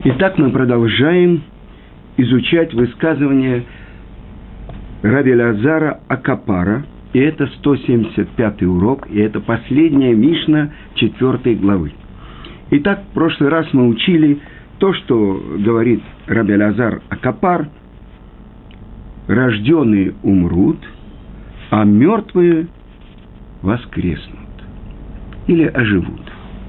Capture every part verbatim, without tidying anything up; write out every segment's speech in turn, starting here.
Итак, мы продолжаем изучать высказывание Раби Элеазара а-Капара. И это сто семьдесят пятый урок, и это последняя Мишна четвёртой главы. Итак, в прошлый раз мы учили то, что говорит Раби Элеазар а-Капар: рожденные умрут, а мертвые воскреснут или оживут.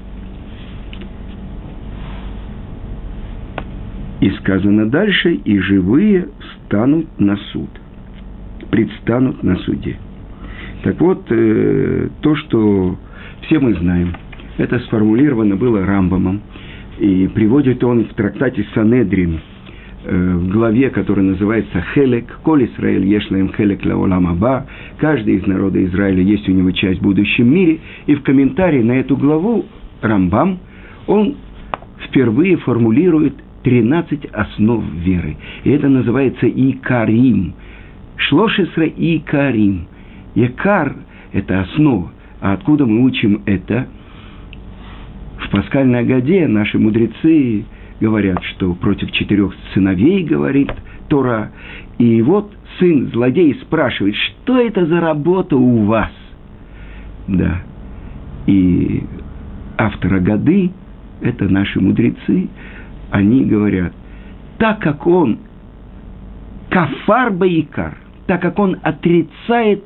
И сказано дальше: и живые станут на суд, предстанут на суде. Так вот, э, то, что все мы знаем, это сформулировано было Рамбамом, и приводит он в трактате Санедрин, э, в главе, которая называется «Хелек», «Коль Исраэль ешлаем хелек лаолам аба», каждый из народа Израиля есть у него часть в будущем мире, и в комментарии на эту главу Рамбам, он впервые формулирует тринадцать основ веры, и это называется «Икарим», «Шлошесра Икарим». Якар – это основа. А откуда мы учим это? В пасхальной Агаде наши мудрецы говорят, что против четырех сыновей говорит Тора. И вот сын злодей спрашивает: что это за работа у вас? Да. И автор Агады – это наши мудрецы. Они говорят, так как он кафар баикар, так как он отрицает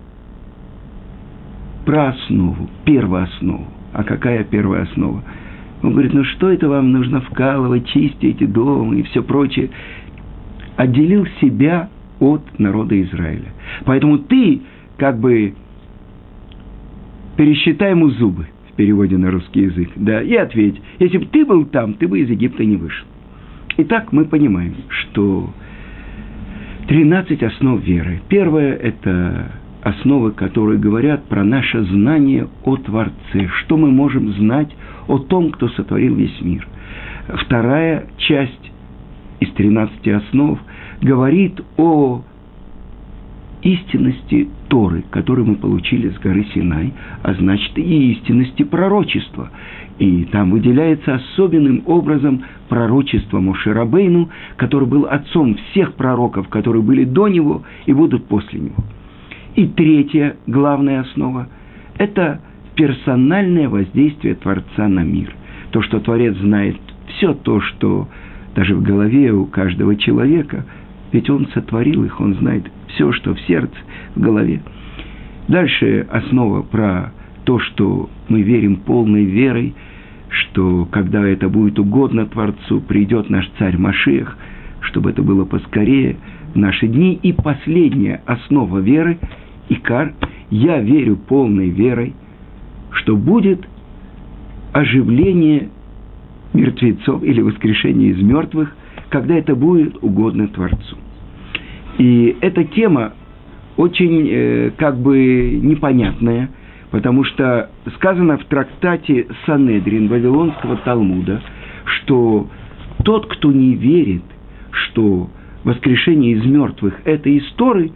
про основу, первооснову. А какая первая основа? Он говорит, ну что это вам нужно вкалывать, чистить дом и все прочее. Отделил себя от народа Израиля. Поэтому ты как бы пересчитай ему зубы, в переводе на русский язык, да, и ответь, если бы ты был там, ты бы из Египта не вышел. Итак, мы понимаем, что тринадцать основ веры. Первое – это основы, которые говорят про наше знание о Творце, что мы можем знать о том, кто сотворил весь мир. Вторая часть из тринадцати основ говорит о истинности Торы, которую мы получили с горы Синай, а значит и истинности пророчества. И там выделяется особенным образом пророчество Моше Рабейну, который был отцом всех пророков, которые были до него и будут после него. И третья главная основа – это персональное воздействие Творца на мир. То, что Творец знает все то, что даже в голове у каждого человека, ведь Он сотворил их, Он знает все, что в сердце, в голове. Дальше основа про то, что мы верим полной верой, что когда это будет угодно Творцу, придет наш царь Машиах, чтобы это было поскорее в наши дни. И последняя основа веры – Икар, я верю полной верой, что будет оживление мертвецов или воскрешение из мертвых, когда это будет угодно Творцу. И эта тема очень э, как бы непонятная, потому что сказано в трактате Санедрин Вавилонского Талмуда, что тот, кто не верит, что воскрешение из мертвых – это из Торы,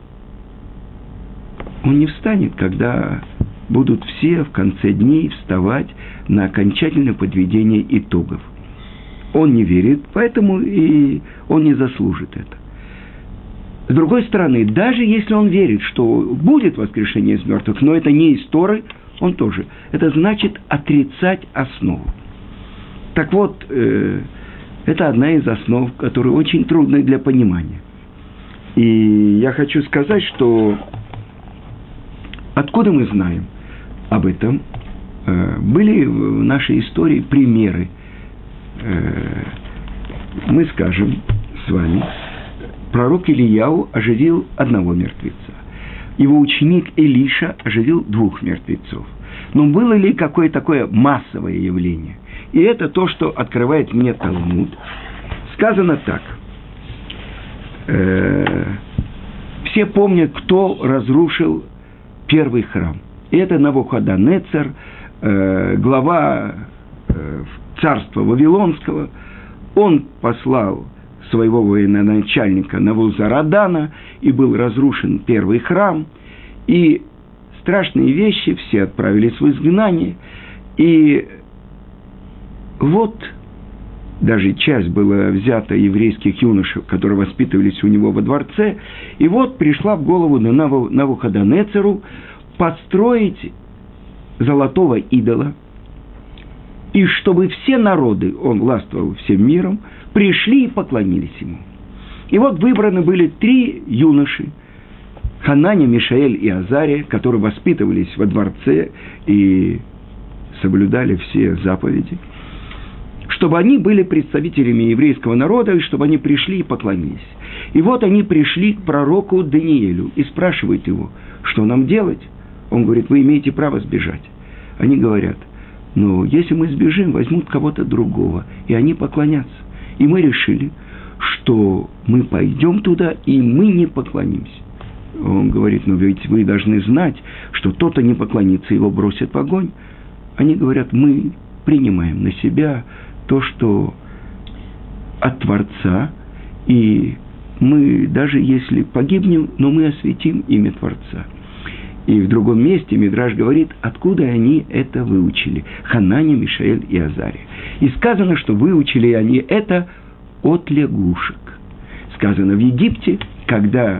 он не встанет, когда будут все в конце дней вставать на окончательное подведение итогов. Он не верит, поэтому и он не заслужит это. С другой стороны, даже если он верит, что будет воскрешение из мертвых, но это не из Торы, он тоже. Это значит отрицать основу. Так вот, э, это одна из основ, которая очень трудная для понимания. И я хочу сказать, что откуда мы знаем об этом? Э, были в нашей истории примеры. Э, мы скажем с вами, пророк Илияу оживил одного мертвеца. Его ученик Элиша оживил двух мертвецов. Но было ли какое-то такое массовое явление? И это то, что открывает мне Талмуд. Сказано так. Э, все помнят, кто разрушил первый храм. И это Навуходонецер, э, глава э, царства Вавилонского. Он послал своего военачальника Навузарадана, и был разрушен первый храм. И страшные вещи, все отправились в изгнание. И вот даже часть была взята еврейских юношей, которые воспитывались у него во дворце. И вот пришла в голову Навуходонецеру построить золотого идола, и чтобы все народы, он властвовал всем миром, пришли и поклонились ему. И вот выбраны были три юноши, Хананя, Мишаэль и Азария, которые воспитывались во дворце и соблюдали все заповеди, чтобы они были представителями еврейского народа, и чтобы они пришли и поклонились. И вот они пришли к пророку Даниэлю и спрашивают его, что нам делать? Он говорит, вы имеете право сбежать. Они говорят, ну, если мы сбежим, возьмут кого-то другого, и они поклонятся. И мы решили, что мы пойдем туда, и мы не поклонимся. Он говорит, ну, ведь вы должны знать, что тот-то не поклонится, его бросят в огонь. Они говорят, мы принимаем на себя то, что от Творца, и мы, даже если погибнем, но мы осветим имя Творца. И в другом месте Мидраш говорит, откуда они это выучили. Хананя, Мишаэль и Азария. И сказано, что выучили они это от лягушек. Сказано в Египте, когда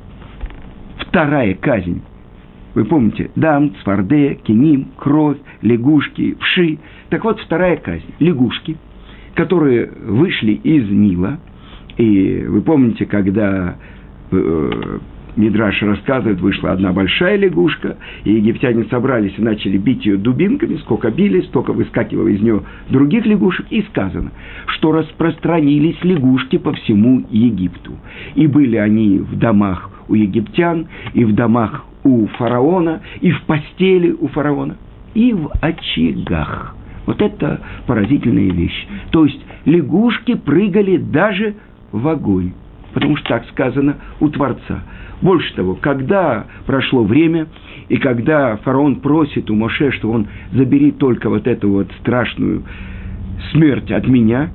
вторая казнь, вы помните, дам, цварде, киним, кровь, лягушки, вши. Так вот, вторая казнь. Лягушки, которые вышли из Нила. И вы помните, когда э, Мидраш рассказывает, вышла одна большая лягушка, и египтяне собрались и начали бить ее дубинками, сколько били, столько выскакивало из нее других лягушек. И сказано, что распространились лягушки по всему Египту. И были они в домах у египтян, и в домах у фараона, и в постели у фараона, и в очагах. Вот это поразительная вещь. То есть лягушки прыгали даже в огонь, потому что так сказано у Творца. Больше того, когда прошло время, и когда фараон просит у Моше, что он забери только вот эту вот страшную смерть от меня,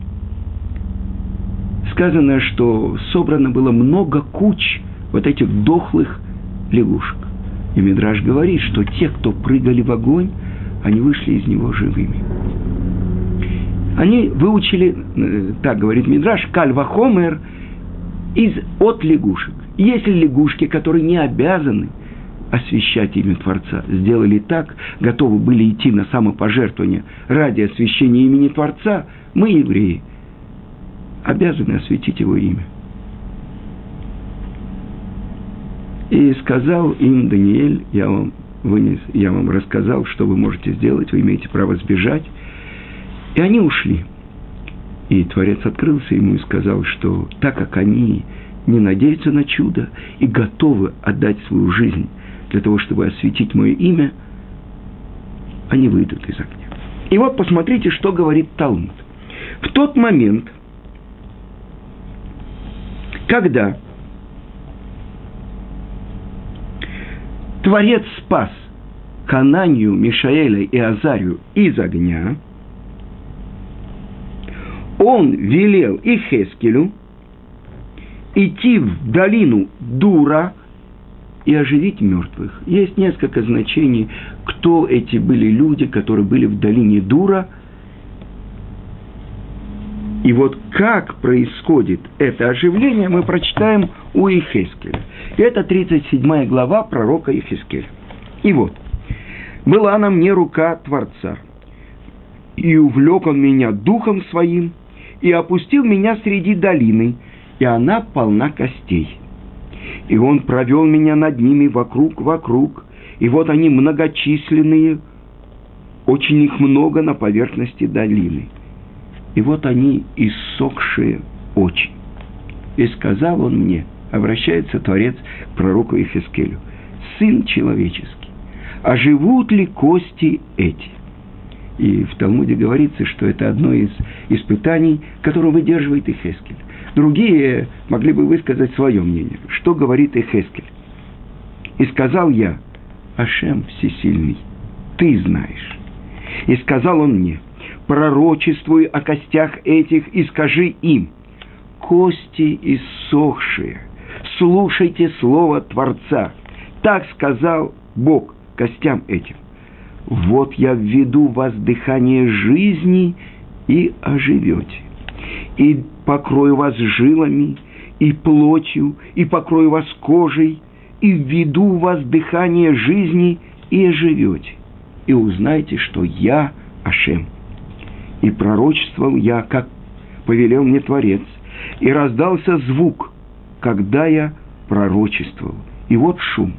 сказано, что собрано было много куч вот этих дохлых лягушек. И Мидраш говорит, что те, кто прыгали в огонь, они вышли из него живыми. Они выучили, так говорит Мидраш, каль-вахомер из, от лягушек. Если лягушки, которые не обязаны освящать имя Творца, сделали так, готовы были идти на самопожертвование ради освящения имени Творца, мы, евреи, обязаны осветить его имя. И сказал им Даниэль, я вам вынес, я вам рассказал, что вы можете сделать, вы имеете право сбежать. И они ушли. И Творец открылся ему и сказал, что так как они не надеются на чудо и готовы отдать свою жизнь для того, чтобы осветить мое имя, они выйдут из огня. И вот посмотрите, что говорит Талмуд. В тот момент, когда Творец спас Хананию, Мишаэля и Азарию из огня, он велел Ихескелю идти в долину Дура и оживить мертвых. Есть несколько значений, кто эти были люди, которые были в долине Дура. И вот как происходит это оживление, мы прочитаем у Ихескеля. Это тридцать седьмая глава пророка Ихескеля. И вот, «Была на мне рука Творца, и увлек он меня духом своим, и опустил меня среди долины, и она полна костей. И он провел меня над ними вокруг-вокруг, и вот они многочисленные, очень их много на поверхности долины. И вот они иссохшие очень. И сказал он мне», обращается Творец к пророку Ихескелю, «Сын человеческий, а живут ли кости эти?» И в Талмуде говорится, что это одно из испытаний, которое выдерживает Ихескель. Другие могли бы высказать свое мнение. Что говорит Ихескель? «И сказал я, Ашем всесильный, ты знаешь. И сказал он мне, пророчествуй о костях этих и скажи им, кости иссохшие, слушайте слово Творца. Так сказал Бог костям этим. Вот я введу в вас дыхание жизни, и оживете. И покрою вас жилами, и плотью, и покрою вас кожей, и введу в вас дыхание жизни, и оживете. И узнайте, что я Ашем. И пророчествовал я, как повелел мне Творец, и раздался звук, когда я пророчествовал. И вот шум.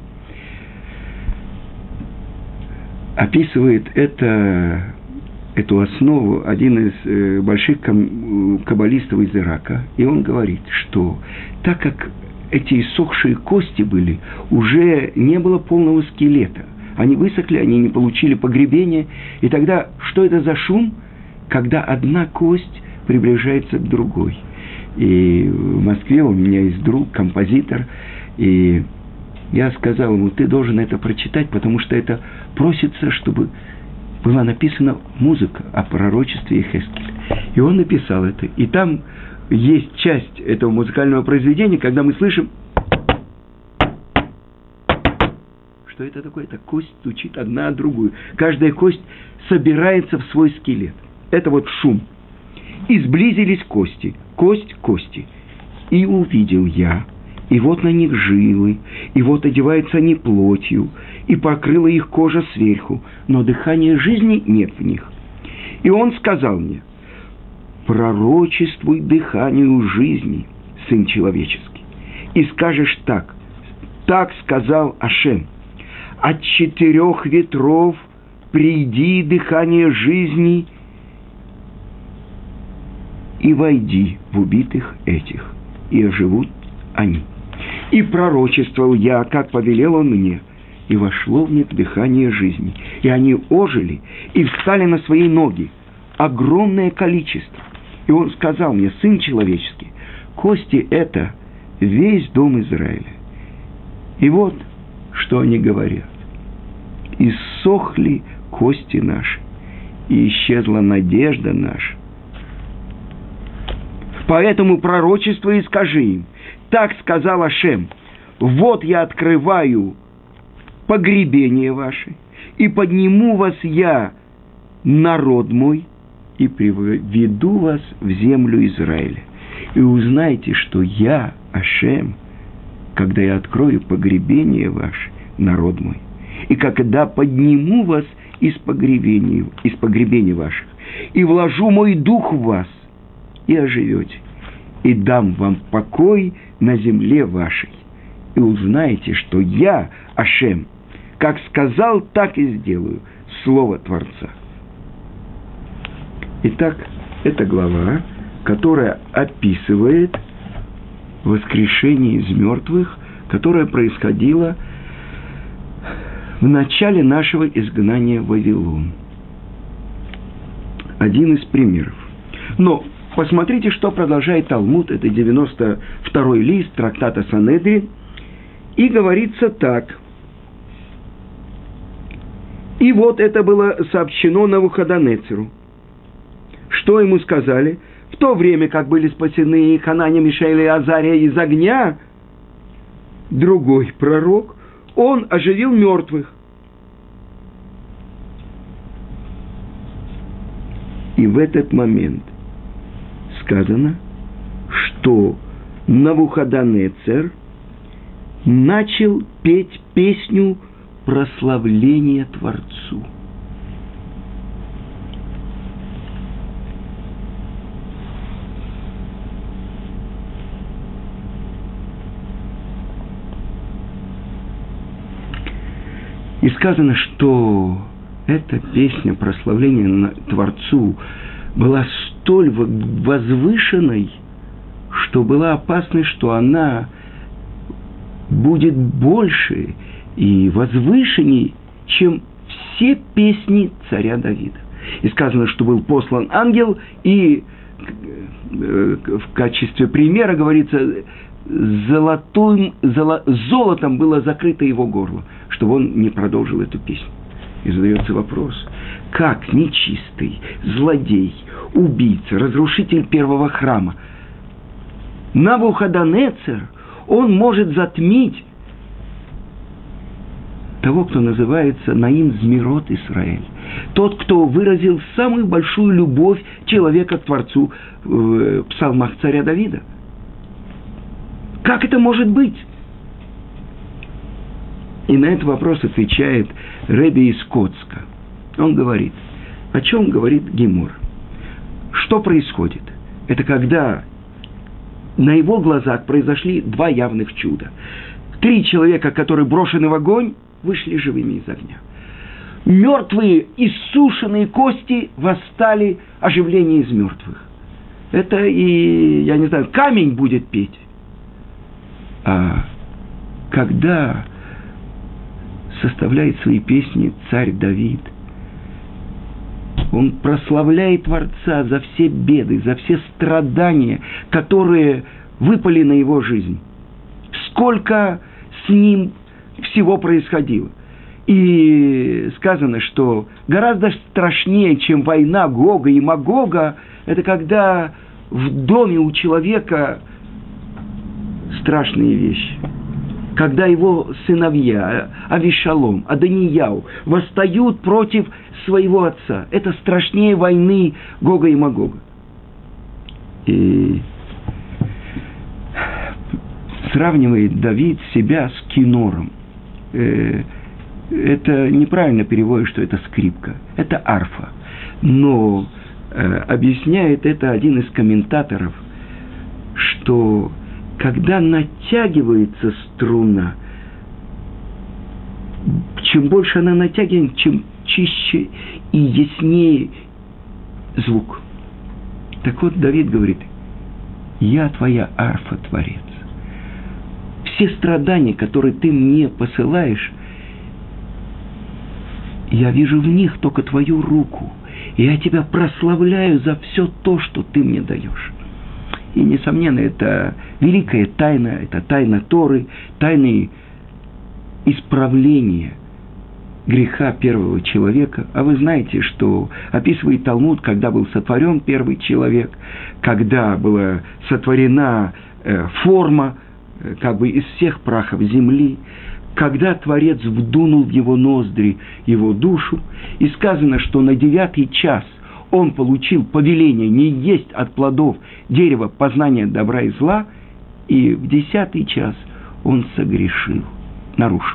Описывает это, эту основу один из э, больших каббалистов из Ирака, и он говорит, что так как эти иссохшие кости были, уже не было полного скелета. Они высохли, они не получили погребения. И тогда, что это за шум? Когда одна кость приближается к другой. И в Москве у меня есть друг, композитор, и я сказал ему, ты должен это прочитать, потому что это просится, чтобы была написана музыка о пророчестве Йехескеля. И он написал это. И там есть часть этого музыкального произведения, когда мы слышим, что это такое? Это кость стучит одна о другую. Каждая кость собирается в свой скелет. Это вот шум. И сблизились кости, кость к кости. И увидел я, и вот на них жилы, и вот одеваются они плотью, и покрыла их кожа сверху, но дыхания жизни нет в них. И он сказал мне, пророчествуй дыханию жизни, сын человеческий, и скажешь так, так сказал Ашем, от четырех ветров приди дыхание жизни и войди в убитых этих, и оживут они. И пророчествовал я, как повелел он мне, и вошло в них дыхание жизни. И они ожили, и встали на свои ноги, огромное количество. И он сказал мне, сын человеческий, кости – это весь дом Израиля. И вот, что они говорят. Иссохли кости наши, и исчезла надежда наша. Поэтому пророчествуй и скажи им, так сказал Ашем, вот я открываю погребение ваше, и подниму вас я, народ мой, и приведу вас в землю Израиля. И узнайте, что я, Ашем, когда я открою погребение ваше, народ мой, и когда подниму вас из погребения, из погребения ваших, и вложу мой дух в вас, и оживете, и дам вам покой на земле вашей, и узнаете, что я, Ашем, как сказал, так и сделаю, слово Творца. Итак, это глава, которая описывает воскрешение из мертвых, которое происходило в начале нашего изгнания в Вавилон. Один из примеров. Но посмотрите, что продолжает Талмуд, это девяносто второй лист трактата Санедрин, и говорится так. И вот это было сообщено Навуходоносору. Что ему сказали? В то время, как были спасены Хананя, Мишаэль и Азария из огня, другой пророк, он оживил мертвых. И в этот момент сказано, что Навуходоносор начал петь песню прославления Творцу. И сказано, что эта песня прославления Творцу была столь возвышенной, что была опасность, что она будет больше и возвышенней, чем все песни царя Давида. И сказано, что был послан ангел, и в качестве примера говорится, золотым, золо, золотом было закрыто его горло, чтобы он не продолжил эту песню. И задается вопрос, как нечистый, злодей, убийца, разрушитель первого храма Навуходоносор, он может затмить того, кто называется Наим Змирот Исраэль. Тот, кто выразил самую большую любовь человека к Творцу в псалмах царя Давида. Как это может быть? И на этот вопрос отвечает Ребе из Коцка. Он говорит, о чем говорит Гемор? Что происходит? Это когда на его глазах произошли два явных чуда. Три человека, которые брошены в огонь, вышли живыми из огня. Мертвые, иссушенные кости восстали, оживление из мертвых. Это и, я не знаю, камень будет петь. А когда составляет свои песни царь Давид, он прославляет Творца за все беды, за все страдания, которые выпали на его жизнь. Сколько с ним всего происходило. И сказано, что гораздо страшнее, чем война Гога и Магога, это когда в доме у человека страшные вещи. Когда его сыновья Авишалом, Адонияу восстают против своего отца. Это страшнее войны Гога и Магога. И сравнивает Давид себя с кинором. Это неправильно переводит, что это скрипка. Это арфа. Но э, объясняет это один из комментаторов, что когда натягивается струна, чем больше она натягивается, чем чище и яснее звук. Так вот, Давид говорит, я твоя арфа, Творец. Все страдания, которые ты мне посылаешь, я вижу в них только твою руку. И я тебя прославляю за все то, что ты мне даешь. И, несомненно, это великая тайна, это тайна Торы, тайны исправления греха первого человека. А вы знаете, что описывает Талмуд, когда был сотворен первый человек, когда была сотворена э, форма, э, как бы из всех прахов земли, когда Творец вдунул в его ноздри его душу, и сказано, что на девятый час он получил повеление не есть от плодов дерева познания добра и зла, и в десятый час он согрешил, нарушил.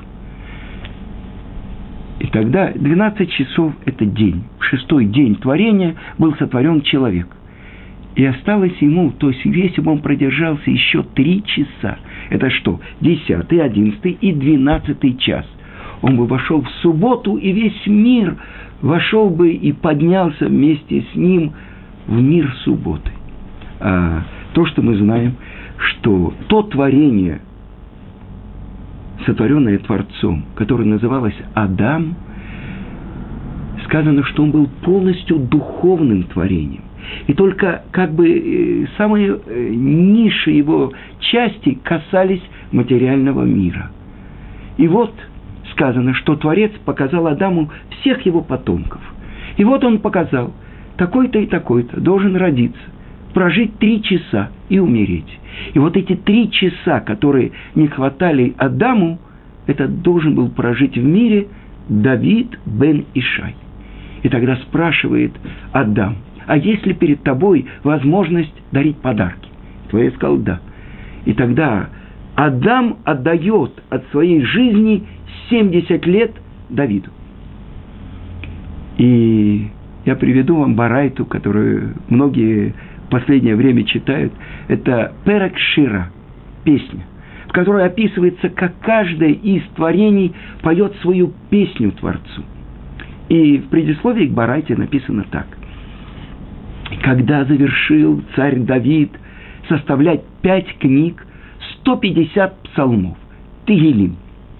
И тогда двенадцать часов – это день. В шестой день творения был сотворен человек. И осталось ему, то есть весь он продержался еще три часа. Это что? Десятый, одиннадцатый и двенадцатый час. Он бы вошел в субботу, и весь мир вошел бы и поднялся вместе с ним в мир субботы. А то, что мы знаем, что то творение, сотворенное Творцом, которое называлось Адам, сказано, что он был полностью духовным творением. И только как бы самые ниши его части касались материального мира. И вот сказано, что Творец показал Адаму всех его потомков. И вот он показал, такой-то и такой-то должен родиться, прожить три часа и умереть. И вот эти три часа, которые не хватали Адаму, это должен был прожить в мире Давид бен Ишай. И тогда спрашивает Адам, а есть ли перед тобой возможность дарить подарки? Творец сказал, да. И тогда Адам отдает от своей жизни семьдесят лет Давиду. И я приведу вам барайту, которую многие в последнее время читают. Это Перек Шира, песня, в которой описывается, как каждое из творений поет свою песню Творцу. И в предисловии к барайте написано так. Когда завершил царь Давид составлять пять книг, сто пятьдесят псалмов, Тегилим,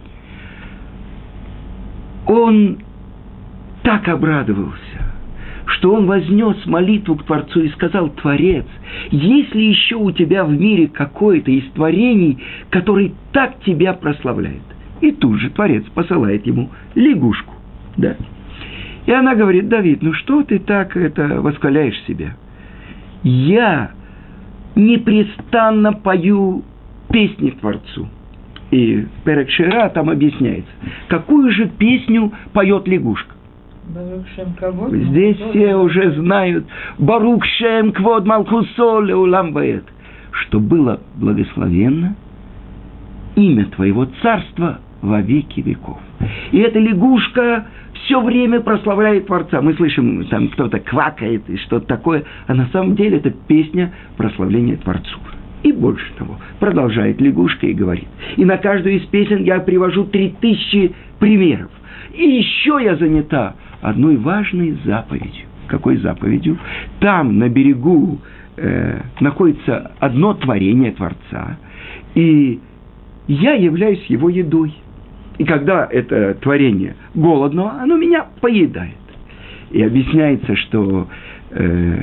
он так обрадовался, что он вознес молитву к Творцу и сказал, Творец, есть ли еще у тебя в мире какое-то из творений, который так тебя прославляет? И тут же Творец посылает ему лягушку, да? И она говорит, Давид, ну что ты так это восхваляешь себя? Я непрестанно пою песни Творцу. И в Перек Шира там объясняется, какую же песню поет лягушка. Здесь все уже знают Барух Шем Квод Малхусо Леулам Ваэд, что было благословенно имя Твоего царства во веки веков. И эта лягушка все время прославляет Творца. Мы слышим, там кто-то квакает и что-то такое, а на самом деле это песня прославления Творцу. И больше того, продолжает лягушка и говорит: и на каждую из песен я привожу три тысячи примеров. И еще я занята одной важной заповедью. Какой заповедью? Там, на берегу, э, находится одно творение Творца, и я являюсь его едой. И когда это творение голодно, оно меня поедает. И объясняется, что, э,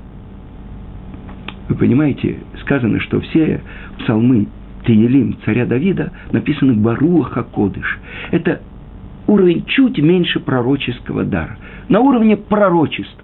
вы понимаете, сказано, что все псалмы Теилим царя Давида написаны Баруах ха-Кодыш. Это уровень чуть меньше пророческого дара. На уровне пророчества.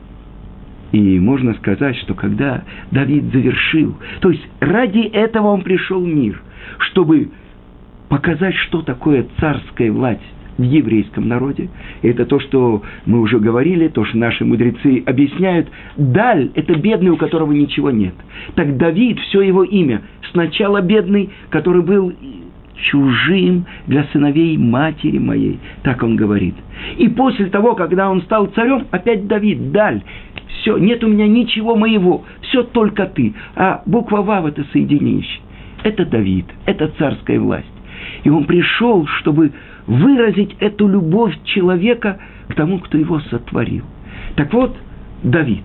И можно сказать, что когда Давид завершил, то есть ради этого он пришел в мир, чтобы показать, что такое царская власть в еврейском народе. И это то, что мы уже говорили, то, что наши мудрецы объясняют. Даль – это бедный, у которого ничего нет. Так Давид, все его имя, сначала бедный, который был чужим для сыновей матери моей, так он говорит. И после того, когда он стал царем, опять Давид, Даль. Все, нет у меня ничего моего, все только ты. А буква Вав – это соединяющий. Это Давид, это царская власть. И он пришел, чтобы выразить эту любовь человека к тому, кто его сотворил. Так вот, Давид.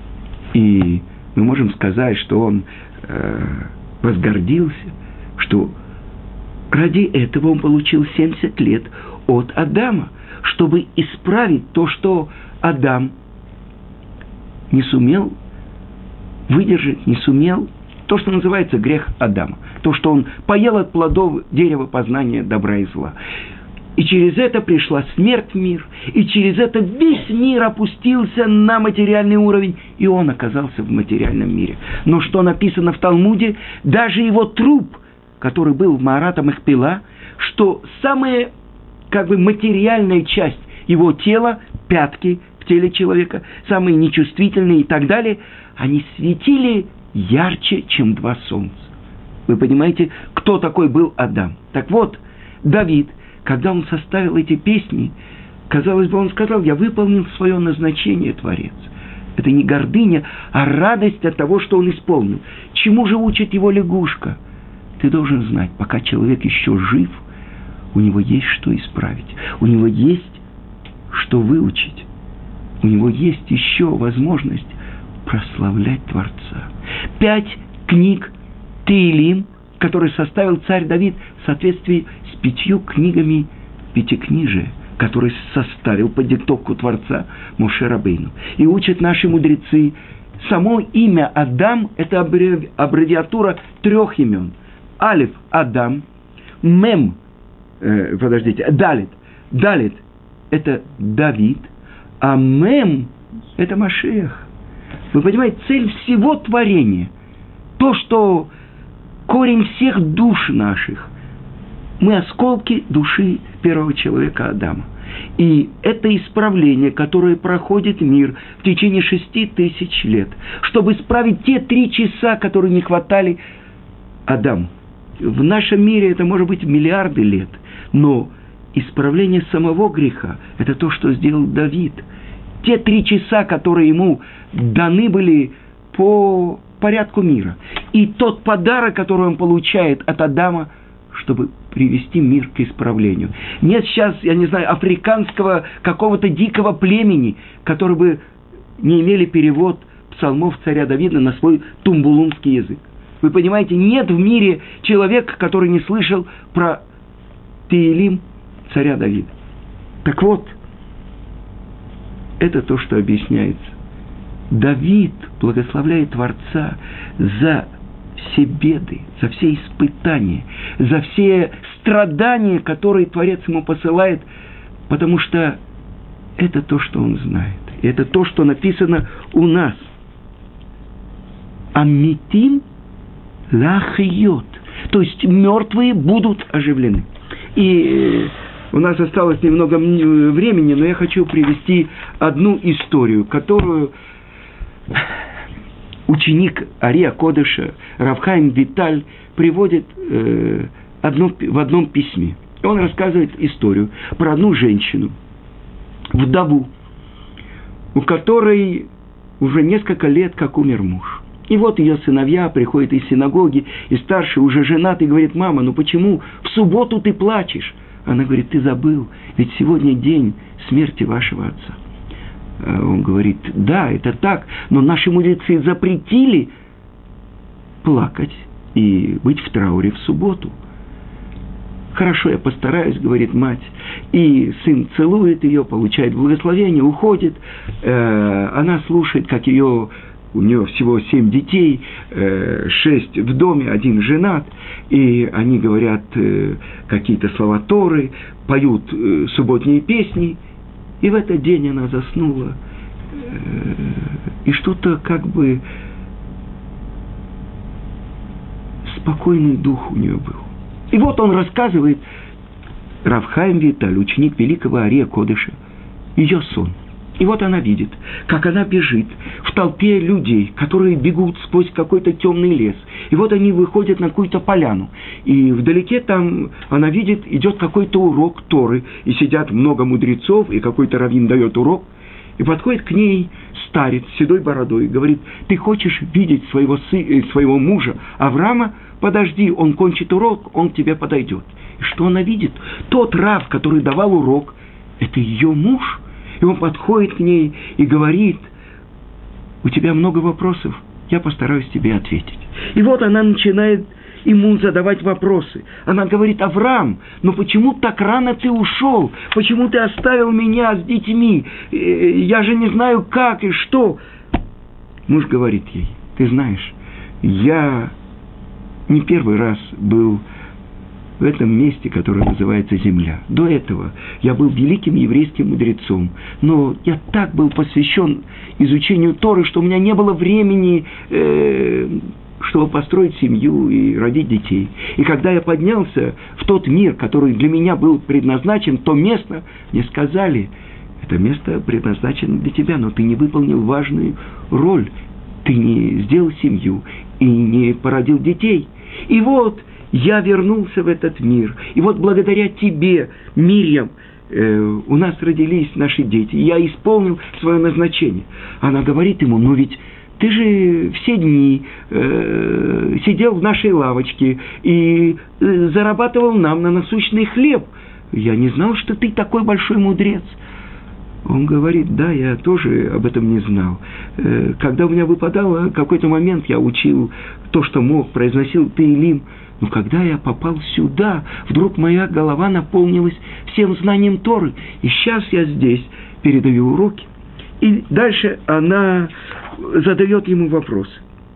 И мы можем сказать, что он э, возгордился, что ради этого он получил семьдесят лет от Адама, чтобы исправить то, что Адам не сумел выдержать, не сумел. То, что называется грех Адама. То, что он поел от плодов дерева познания добра и зла. И через это пришла смерть в мир. И через это весь мир опустился на материальный уровень. И он оказался в материальном мире. Но что написано в Талмуде, даже его труп, который был в Маарат ха-Махпела, что самая как бы материальная часть его тела, пятки в теле человека, самые нечувствительные и так далее, они светили ярче, чем два солнца. Вы понимаете, кто такой был Адам? Так вот, Давид, когда он составил эти песни, казалось бы, он сказал: я выполнил свое назначение, Творец. Это не гордыня, а радость от того, что он исполнил. Чему же учит его лягушка? Ты должен знать, пока человек еще жив, у него есть что исправить, у него есть что выучить, у него есть еще возможность прославлять Творца. Пять книг Теилим, которые составил царь Давид в соответствии с пятью книгами Пятикнижия, которые составил по диктовку Творца Моше Рабейну. И учат наши мудрецы, само имя Адам – это аббревиатура трех имен. Алиф – Адам, Мем, э, подождите, Далит. Далит – это Давид, а Мем – это Машиах. Вы понимаете, цель всего творения, то, что корень всех душ наших, мы осколки души первого человека Адама. И это исправление, которое проходит мир в течение шести тысяч лет, чтобы исправить те три часа, которые не хватали Адаму. В нашем мире это может быть миллиарды лет, но исправление самого греха – это то, что сделал Давид. Те три часа, которые ему даны были по порядку мира. И тот подарок, который он получает от Адама, чтобы привести мир к исправлению. Нет сейчас, я не знаю, африканского какого-то дикого племени, который бы не имели перевод псалмов царя Давида на свой тумбулунский язык. Вы понимаете, нет в мире человека, который не слышал про Теилим царя Давида. Так вот, это то, что объясняется. Давид благословляет Творца за все беды, за все испытания, за все страдания, которые Творец ему посылает, потому что это то, что он знает. И это то, что написано у нас. Амитим лахиот. То есть мертвые будут оживлены. И У нас осталось немного времени, но я хочу привести одну историю, которую ученик Ария Кодыша Рав Хаим Виталь приводит э, одно, в одном письме. Он рассказывает историю про одну женщину, вдову, у которой уже несколько лет как умер муж. И вот ее сыновья приходят из синагоги, и старший уже женат, и говорит: мама, ну почему в субботу ты плачешь? Она говорит: ты забыл, ведь сегодня день смерти вашего отца. А он говорит: да, это так, но наши мудрецы запретили плакать и быть в трауре в субботу. Хорошо, я постараюсь, говорит мать. И сын целует ее, получает благословение, уходит. Э, она слушает, как ее, у нее всего семь детей, э, шесть в доме, один женат. И они говорят э, какие-то слова Торы, поют э, субботние песни. И в этот день она заснула. Э, и что-то как бы спокойный дух у нее был. И вот он рассказывает, Рав Хаим Виталь, ученик великого Ария Кодыша, ее сон. И вот она видит, как она бежит в толпе людей, которые бегут сквозь какой-то темный лес. И вот они выходят на какую-то поляну. И вдалеке там она видит, идет какой-то урок Торы. И сидят много мудрецов, и какой-то раввин дает урок. И подходит к ней старец с седой бородой и говорит: ты хочешь видеть своего, сы... своего мужа Авраама? Подожди, он кончит урок, он к тебе подойдет. И что она видит? Тот рав, который давал урок, это ее муж. И он подходит к ней и говорит: у тебя много вопросов, я постараюсь тебе ответить. И вот она начинает ему задавать вопросы. Она говорит: Авраам, но почему так рано ты ушел? Почему ты оставил меня с детьми? Я же не знаю как и что. Муж говорит ей: ты знаешь, я не первый раз был в этом месте, которое называется земля. До этого я был великим еврейским мудрецом, но я так был посвящен изучению Торы, что у меня не было времени, э, чтобы построить семью и родить детей. И когда я поднялся в тот мир, который для меня был предназначен, то место, мне сказали: это место предназначено для тебя, но ты не выполнил важную роль, ты не сделал семью и не породил детей. И вот я вернулся в этот мир. И вот благодаря тебе, Мирьям, э, у нас родились наши дети. И я исполнил свое назначение. Она говорит ему: ну ведь ты же все дни э, сидел в нашей лавочке и э, зарабатывал нам на насущный хлеб. Я не знал, что ты такой большой мудрец. Он говорит: да, я тоже об этом не знал. Когда у меня выпадало какой-то момент, я учил то, что мог, произносил Теилим. Но когда я попал сюда, вдруг моя голова наполнилась всем знанием Торы. И сейчас я здесь передаю уроки. И дальше она задает ему вопрос.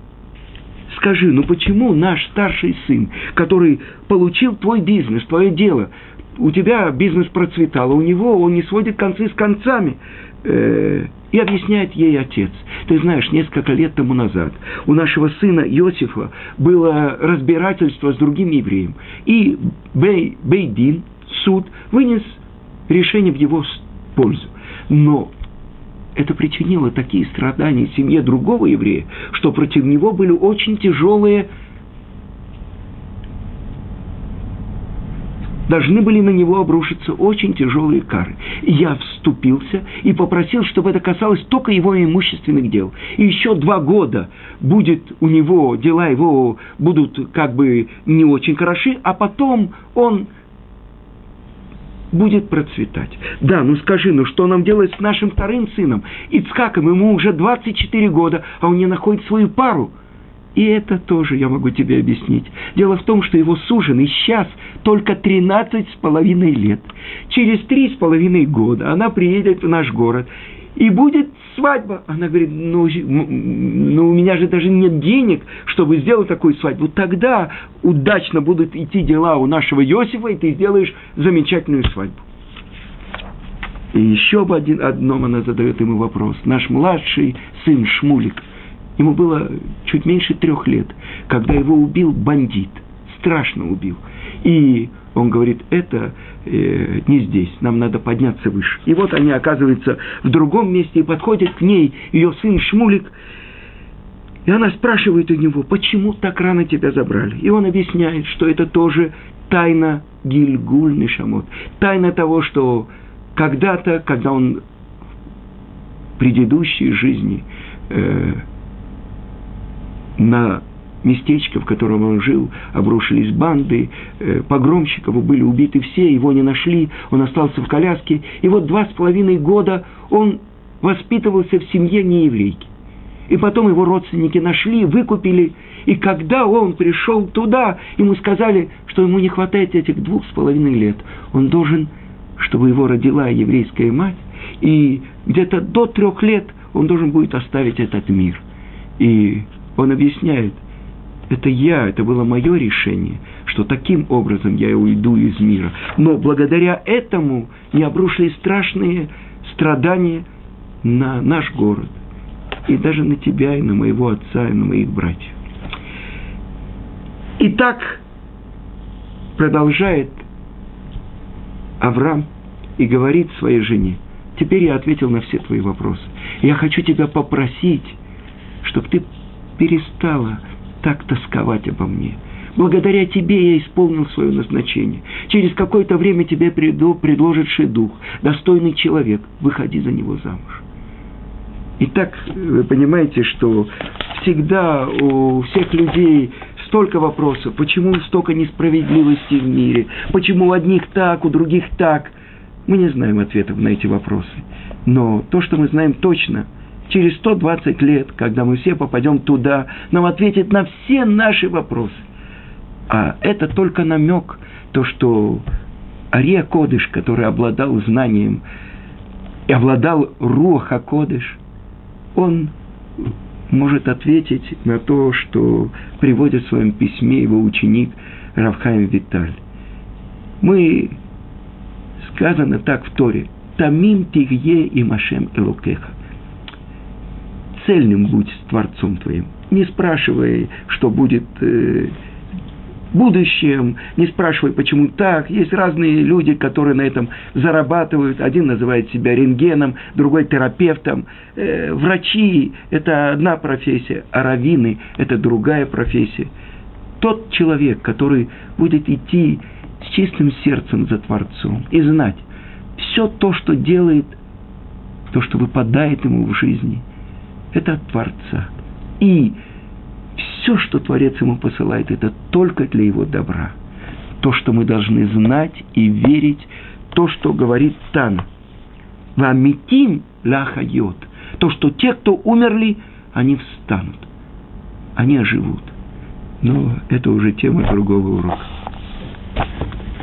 Скажи, ну почему наш старший сын, который получил твой бизнес, твое дело, у тебя бизнес процветал, а у него он не сводит концы с концами. Э, и объясняет ей отец: ты знаешь, несколько лет тому назад у нашего сына Иосифа было разбирательство с другим евреем. И Бей, Бейдин, суд, вынес решение в его пользу. Но это причинило такие страдания семье другого еврея, что против него были очень тяжелые, должны были на него обрушиться очень тяжелые кары. Я вступился и попросил, чтобы это касалось только его имущественных дел. И еще два года будет у него, дела его будут как бы не очень хороши, а потом он будет процветать. Да, ну скажи, ну что нам делать с нашим вторым сыном, Ицхаком? Ему уже двадцать четыре года, а он не находит свою пару. И это тоже я могу тебе объяснить. Дело в том, что его суженый сейчас только тринадцать с половиной лет. Через три с половиной года она приедет в наш город, и будет свадьба. Она говорит: ну, ну у меня же даже нет денег, чтобы сделать такую свадьбу. Тогда удачно будут идти дела у нашего Иосифа, и ты сделаешь замечательную свадьбу. И еще об один, одном она задает ему вопрос. Наш младший сын Шмулик, ему было чуть меньше трех лет, когда его убил бандит, страшно убил. И Он говорит, это э, не здесь, нам надо подняться выше. И вот они оказываются в другом месте, и подходит к ней ее сын Шмулик, и она спрашивает у него, почему так рано тебя забрали? И он объясняет, что это тоже тайна Гильгуль Нешамот, тайна того, что когда-то, когда он в предыдущей жизни э, на местечко, в котором он жил, обрушились банды, э, погромщиков, были убиты все, его не нашли, он остался в коляске. И вот два с половиной года он воспитывался в семье нееврейки. И потом его родственники нашли, выкупили. И когда он пришел туда, ему сказали, что ему не хватает этих двух с половиной лет. Он должен, чтобы его родила еврейская мать, и где-то до трех лет он должен будет оставить этот мир. И он объясняет, это я, это было мое решение, что таким образом я уйду из мира. Но благодаря этому не обрушились страшные страдания на наш город. И даже на тебя, и на моего отца, и на моих братьев. И так продолжает Авраам и говорит своей жене, теперь я ответил на все твои вопросы. Я хочу тебя попросить, чтобы ты перестала так тосковать обо мне. Благодаря тебе я исполнил свое назначение. Через какое-то время тебе приду, предложит шедух, достойный человек. Выходи за него замуж. Итак, вы понимаете, что всегда у всех людей столько вопросов. Почему столько несправедливости в мире? Почему у одних так, у других так? Мы не знаем ответов на эти вопросы. Но то, что мы знаем точно, через сто двадцать лет, когда мы все попадем туда, нам ответят на все наши вопросы. А это только намек, то, что Ария Кодыш, который обладал знанием и обладал Руах ха-Кодыш, он может ответить на то, что приводит в своем письме его ученик Рав Хаим Виталь. Мы, сказано так в Торе, «Тамим тигье им Ашем Элокеха». Цельным будь с Творцом твоим. Не спрашивай, что будет э, в будущем, не спрашивай, почему так. Есть разные люди, которые на этом зарабатывают. Один называет себя рентгеном, другой терапевтом. Э, врачи – это одна профессия, а раввины – это другая профессия. Тот человек, который будет идти с чистым сердцем за Творцом и знать, все то, что делает, то, что выпадает ему в жизни – это от Творца. И все, что Творец ему посылает, это только для его добра. То, что мы должны знать и верить, то, что говорит Тан. Вамитим лахайот. То, что те, кто умерли, они встанут. Они оживут. Но это уже тема другого урока.